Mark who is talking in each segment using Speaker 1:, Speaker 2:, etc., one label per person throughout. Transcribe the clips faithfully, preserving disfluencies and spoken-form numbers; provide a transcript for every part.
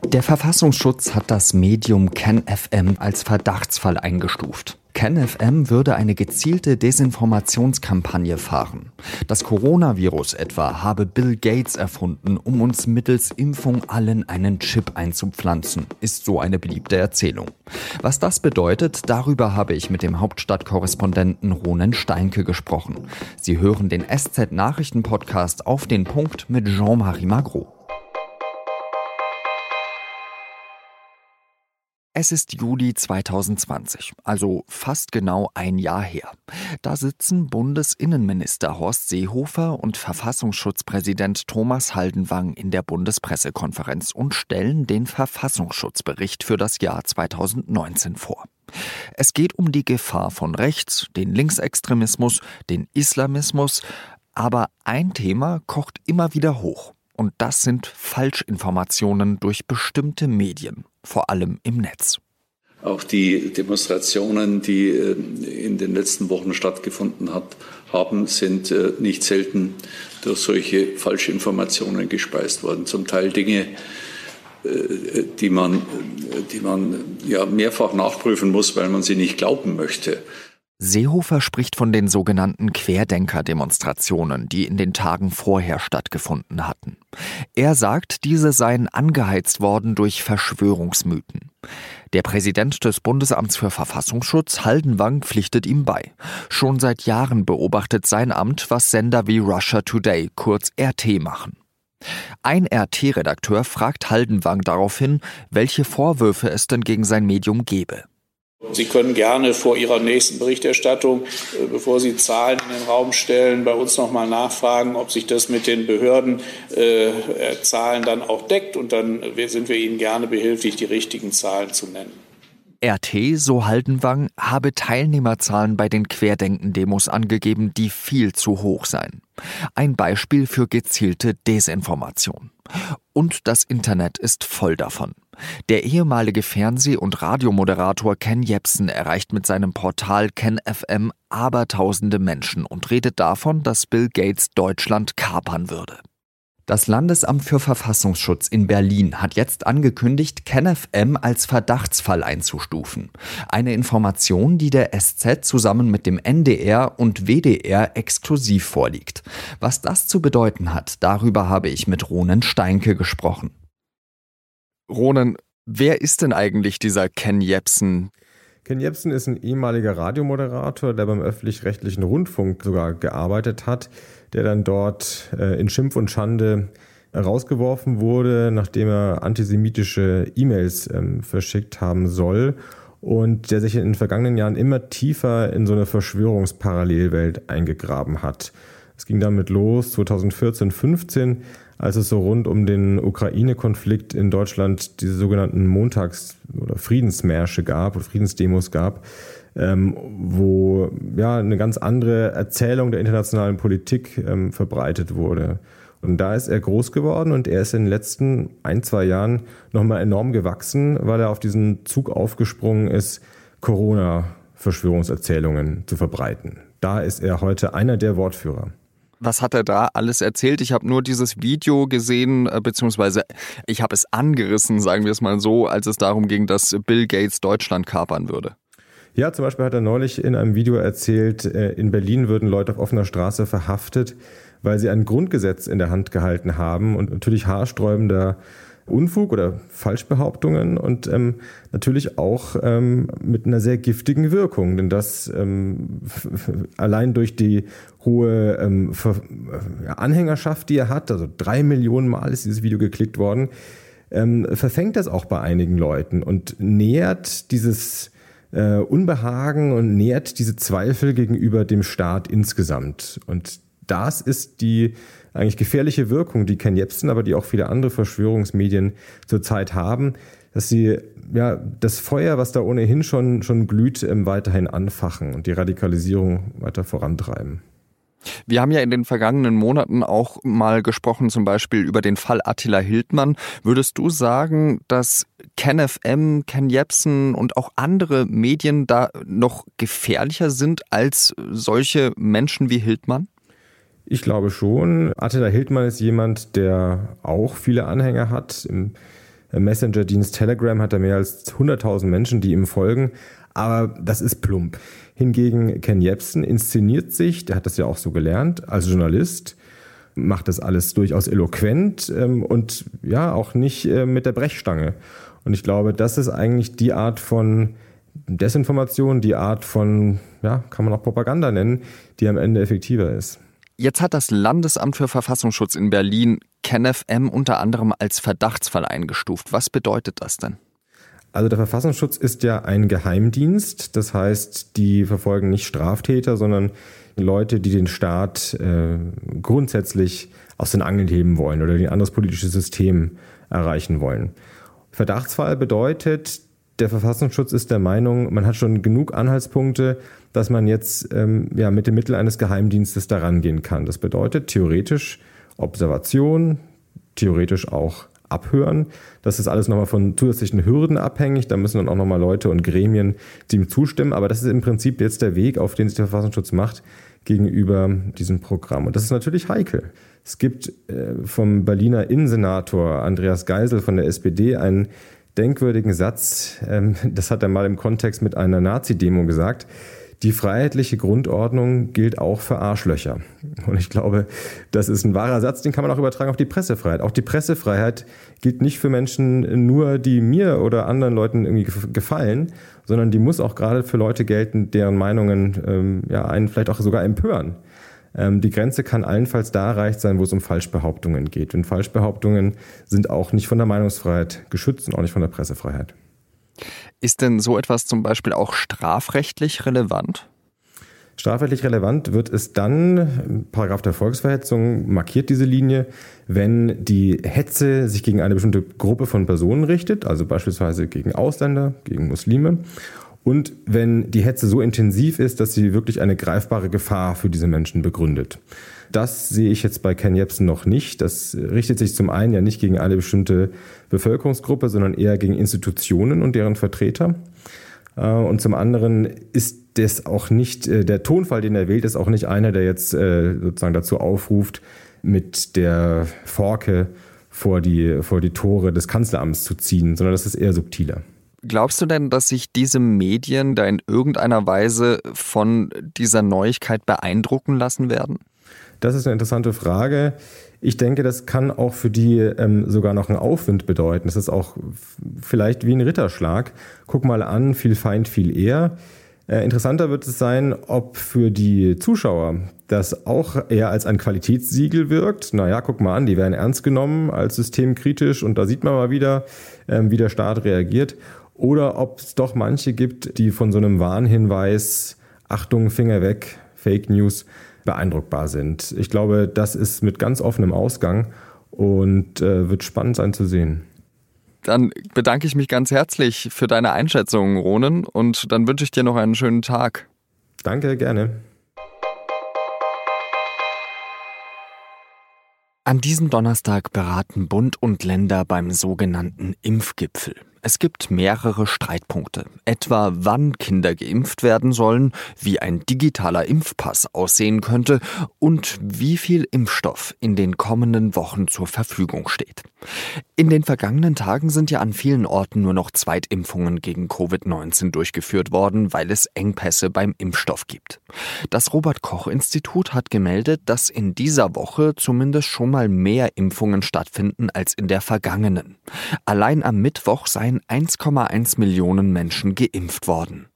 Speaker 1: Der Verfassungsschutz hat das Medium KenFM als Verdachtsfall eingestuft. KenFM würde eine gezielte Desinformationskampagne fahren. Das Coronavirus etwa habe Bill Gates erfunden, um uns mittels Impfung allen einen Chip einzupflanzen, ist so eine beliebte Erzählung. Was das bedeutet, darüber habe ich mit dem Hauptstadtkorrespondenten Ronen Steinke gesprochen. Sie hören den S Z-Nachrichten-Podcast Auf den Punkt mit Jean-Marie Magro. Es ist Juli zweitausendzwanzig, also fast genau ein Jahr her. Da sitzen Bundesinnenminister Horst Seehofer und Verfassungsschutzpräsident Thomas Haldenwang in der Bundespressekonferenz und stellen den Verfassungsschutzbericht für das Jahr zweitausendneunzehn vor. Es geht um die Gefahr von rechts, den Linksextremismus, den Islamismus, aber ein Thema kocht immer wieder hoch. Und das sind Falschinformationen durch bestimmte Medien, vor allem im Netz.
Speaker 2: Auch die Demonstrationen, die in den letzten Wochen stattgefunden hat, haben, sind nicht selten durch solche Falschinformationen gespeist worden. Zum Teil Dinge, die man, die man ja mehrfach nachprüfen muss, weil man sie nicht glauben möchte.
Speaker 1: Seehofer spricht von den sogenannten Querdenker-Demonstrationen, die in den Tagen vorher stattgefunden hatten. Er sagt, diese seien angeheizt worden durch Verschwörungsmythen. Der Präsident des Bundesamts für Verfassungsschutz, Haldenwang, pflichtet ihm bei. Schon seit Jahren beobachtet sein Amt, was Sender wie Russia Today, kurz R T, machen. Ein R T-Redakteur fragt Haldenwang daraufhin, welche Vorwürfe es denn gegen sein Medium gebe.
Speaker 3: Sie können gerne vor Ihrer nächsten Berichterstattung, bevor Sie Zahlen in den Raum stellen, bei uns noch mal nachfragen, ob sich das mit den Behördenzahlen dann auch deckt. Und dann sind wir Ihnen gerne behilflich, die richtigen Zahlen zu nennen.
Speaker 1: R T, so Haldenwang, habe Teilnehmerzahlen bei den Querdenken-Demos angegeben, die viel zu hoch seien. Ein Beispiel für gezielte Desinformation. Und das Internet ist voll davon. Der ehemalige Fernseh- und Radiomoderator Ken Jebsen erreicht mit seinem Portal KenFM abertausende Menschen und redet davon, dass Bill Gates Deutschland kapern würde. Das Landesamt für Verfassungsschutz in Berlin hat jetzt angekündigt, KenFM als Verdachtsfall einzustufen. Eine Information, die der S Z zusammen mit dem N D R und W D R exklusiv vorliegt. Was das zu bedeuten hat, darüber habe ich mit Ronen Steinke gesprochen. Ronen, wer ist denn eigentlich dieser Ken Jebsen?
Speaker 4: Ken Jebsen ist ein ehemaliger Radiomoderator, der beim öffentlich-rechtlichen Rundfunk sogar gearbeitet hat, der dann dort äh, in Schimpf und Schande rausgeworfen wurde, nachdem er antisemitische E-Mails ähm, verschickt haben soll und der sich in den vergangenen Jahren immer tiefer in so eine Verschwörungsparallelwelt eingegraben hat. Es ging damit los zweitausendvierzehn, fünfzehn, als es so rund um den Ukraine-Konflikt in Deutschland diese sogenannten Montags- oder Friedensmärsche gab oder Friedensdemos gab, ähm, wo ja eine ganz andere Erzählung der internationalen Politik ähm, verbreitet wurde. Und da ist er groß geworden und er ist in den letzten ein, zwei Jahren nochmal enorm gewachsen, weil er auf diesen Zug aufgesprungen ist, Corona-Verschwörungserzählungen zu verbreiten. Da ist er heute einer der Wortführer.
Speaker 1: Was hat er da alles erzählt? Ich habe nur dieses Video gesehen, beziehungsweise ich habe es angerissen, sagen wir es mal so, als es darum ging, dass Bill Gates Deutschland kapern würde.
Speaker 4: Ja, zum Beispiel hat er neulich in einem Video erzählt, in Berlin würden Leute auf offener Straße verhaftet, weil sie ein Grundgesetz in der Hand gehalten haben und natürlich haarsträubender Unfug oder Falschbehauptungen und ähm, natürlich auch ähm, mit einer sehr giftigen Wirkung, denn das ähm, f- f- allein durch die hohe ähm, Ver- äh, Anhängerschaft, die er hat, also drei Millionen Mal ist dieses Video geklickt worden, ähm, verfängt das auch bei einigen Leuten und nährt dieses äh, Unbehagen und nährt diese Zweifel gegenüber dem Staat insgesamt. Und das ist die eigentlich gefährliche Wirkung, die Ken Jebsen, aber die auch viele andere Verschwörungsmedien zurzeit haben, dass sie ja das Feuer, was da ohnehin schon, schon glüht, weiterhin anfachen und die Radikalisierung weiter vorantreiben.
Speaker 1: Wir haben ja in den vergangenen Monaten auch mal gesprochen, zum Beispiel über den Fall Attila Hildmann. Würdest du sagen, dass KenFM, Ken Jebsen und auch andere Medien da noch gefährlicher sind als solche Menschen wie Hildmann?
Speaker 4: Ich glaube schon. Attila Hildmann ist jemand, der auch viele Anhänger hat. Im Messenger-Dienst Telegram hat er mehr als hunderttausend Menschen, die ihm folgen. Aber das ist plump. Hingegen Ken Jebsen inszeniert sich, der hat das ja auch so gelernt, als Journalist, macht das alles durchaus eloquent ähm, und ja auch nicht äh, mit der Brechstange. Und ich glaube, das ist eigentlich die Art von Desinformation, die Art von, ja, kann man auch Propaganda nennen, die am Ende effektiver ist.
Speaker 1: Jetzt hat das Landesamt für Verfassungsschutz in Berlin KenFM unter anderem als Verdachtsfall eingestuft. Was bedeutet das denn?
Speaker 4: Also der Verfassungsschutz ist ja ein Geheimdienst. Das heißt, die verfolgen nicht Straftäter, sondern Leute, die den Staat äh, grundsätzlich aus den Angeln heben wollen oder ein anderes politisches System erreichen wollen. Verdachtsfall bedeutet, der Verfassungsschutz ist der Meinung, man hat schon genug Anhaltspunkte, dass man jetzt ähm, ja, mit dem Mittel eines Geheimdienstes daran gehen kann. Das bedeutet theoretisch Observation, theoretisch auch Abhören. Das ist alles nochmal von zusätzlichen Hürden abhängig. Da müssen dann auch nochmal Leute und Gremien dem zustimmen. Aber das ist im Prinzip jetzt der Weg, auf den sich der Verfassungsschutz macht gegenüber diesem Programm. Und das ist natürlich heikel. Es gibt äh, vom Berliner Innensenator Andreas Geisel von der S P D einen denkwürdigen Satz. Ähm, das hat er mal im Kontext mit einer Nazi-Demo gesagt. Die freiheitliche Grundordnung gilt auch für Arschlöcher. Und ich glaube, das ist ein wahrer Satz, den kann man auch übertragen auf die Pressefreiheit. Auch die Pressefreiheit gilt nicht für Menschen nur, die mir oder anderen Leuten irgendwie gefallen, sondern die muss auch gerade für Leute gelten, deren Meinungen ähm, ja, einen vielleicht auch sogar empören. Ähm, die Grenze kann allenfalls da erreicht sein, wo es um Falschbehauptungen geht. Und Falschbehauptungen sind auch nicht von der Meinungsfreiheit geschützt und auch nicht von der Pressefreiheit.
Speaker 1: Ist denn so etwas zum Beispiel auch strafrechtlich relevant?
Speaker 4: Strafrechtlich relevant wird es dann, Paragraph der Volksverhetzung markiert diese Linie, wenn die Hetze sich gegen eine bestimmte Gruppe von Personen richtet, also beispielsweise gegen Ausländer, gegen Muslime, und wenn die Hetze so intensiv ist, dass sie wirklich eine greifbare Gefahr für diese Menschen begründet. Das sehe ich jetzt bei Ken Jebsen noch nicht. Das richtet sich zum einen ja nicht gegen eine bestimmte Bevölkerungsgruppe, sondern eher gegen Institutionen und deren Vertreter. Und zum anderen ist das auch nicht, der Tonfall, den er wählt, ist auch nicht einer, der jetzt sozusagen dazu aufruft, mit der Forke vor die, vor die Tore des Kanzleramts zu ziehen, sondern das ist eher subtiler.
Speaker 1: Glaubst du denn, dass sich diese Medien da in irgendeiner Weise von dieser Neuigkeit beeindrucken lassen werden?
Speaker 4: Das ist eine interessante Frage. Ich denke, das kann auch für die ähm, sogar noch einen Aufwind bedeuten. Das ist auch f- vielleicht wie ein Ritterschlag. Guck mal an, viel Feind, viel eher. Äh, interessanter wird es sein, ob für die Zuschauer das auch eher als ein Qualitätssiegel wirkt. Naja, guck mal an, die werden ernst genommen als systemkritisch und da sieht man mal wieder, ähm, wie der Staat reagiert. Oder ob es doch manche gibt, die von so einem Warnhinweis, Achtung, Finger weg, Fake News, beeindruckbar sind. Ich glaube, das ist mit ganz offenem Ausgang und äh, wird spannend sein zu sehen.
Speaker 1: Dann bedanke ich mich ganz herzlich für deine Einschätzung, Ronen, und dann wünsche ich dir noch einen schönen Tag.
Speaker 4: Danke, gerne.
Speaker 1: An diesem Donnerstag beraten Bund und Länder beim sogenannten Impfgipfel. Es gibt mehrere Streitpunkte, etwa wann Kinder geimpft werden sollen, wie ein digitaler Impfpass aussehen könnte und wie viel Impfstoff in den kommenden Wochen zur Verfügung steht. In den vergangenen Tagen sind ja an vielen Orten nur noch Zweitimpfungen gegen Covid neunzehn durchgeführt worden, weil es Engpässe beim Impfstoff gibt. Das Robert-Koch-Institut hat gemeldet, dass in dieser Woche zumindest schon mal mehr Impfungen stattfinden als in der vergangenen. Allein am Mittwoch seien eins Komma eins Millionen Menschen geimpft worden.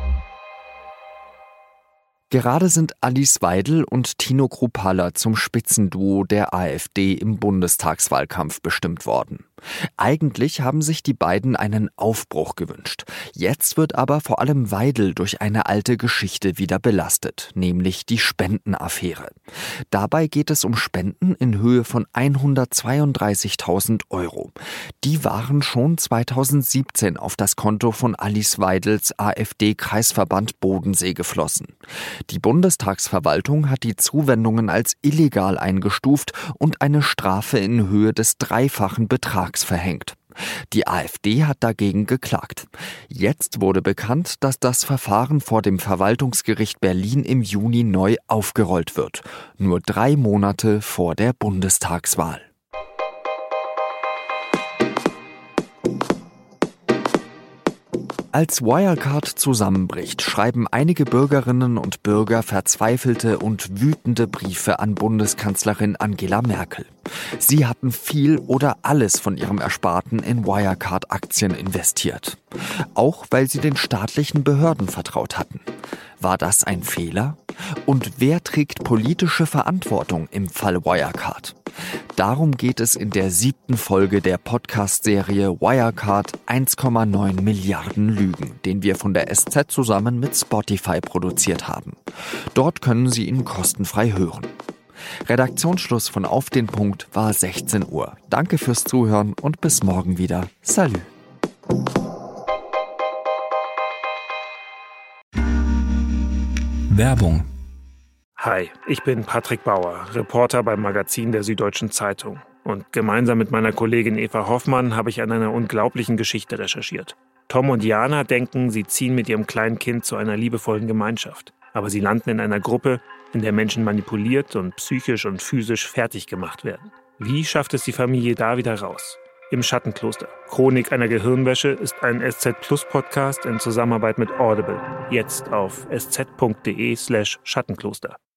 Speaker 1: Gerade sind Alice Weidel und Tino Kruppalla zum Spitzenduo der AfD im Bundestagswahlkampf bestimmt worden. Eigentlich haben sich die beiden einen Aufbruch gewünscht. Jetzt wird aber vor allem Weidel durch eine alte Geschichte wieder belastet, nämlich die Spendenaffäre. Dabei geht es um Spenden in Höhe von hundertzweiunddreißigtausend Euro. Die waren schon zweitausendsiebzehn auf das Konto von Alice Weidels AfD-Kreisverband Bodensee geflossen. Die Bundestagsverwaltung hat die Zuwendungen als illegal eingestuft und eine Strafe in Höhe des dreifachen Betrags verhängt. Die AfD hat dagegen geklagt. Jetzt wurde bekannt, dass das Verfahren vor dem Verwaltungsgericht Berlin im Juni neu aufgerollt wird. Nur drei Monate vor der Bundestagswahl. Als Wirecard zusammenbricht, schreiben einige Bürgerinnen und Bürger verzweifelte und wütende Briefe an Bundeskanzlerin Angela Merkel. Sie hatten viel oder alles von ihrem Ersparten in Wirecard-Aktien investiert. Auch weil sie den staatlichen Behörden vertraut hatten. War das ein Fehler? Und wer trägt politische Verantwortung im Fall Wirecard? Darum geht es in der siebten Folge der Podcast-Serie Wirecard eins Komma neun Milliarden Lügen, den wir von der S Z zusammen mit Spotify produziert haben. Dort können Sie ihn kostenfrei hören. Redaktionsschluss von Auf den Punkt war sechzehn Uhr. Danke fürs Zuhören und bis morgen wieder. Salü.
Speaker 5: Werbung.
Speaker 6: Hi, ich bin Patrick Bauer, Reporter beim Magazin der Süddeutschen Zeitung. Und gemeinsam mit meiner Kollegin Eva Hoffmann habe ich an einer unglaublichen Geschichte recherchiert. Tom und Jana denken, sie ziehen mit ihrem kleinen Kind zu einer liebevollen Gemeinschaft. Aber sie landen in einer Gruppe, in der Menschen manipuliert und psychisch und physisch fertig gemacht werden. Wie schafft es die Familie da wieder raus? Im Schattenkloster. Chronik einer Gehirnwäsche ist ein S Z Plus Podcast in Zusammenarbeit mit Audible. Jetzt auf sz punkt de slash Schattenkloster.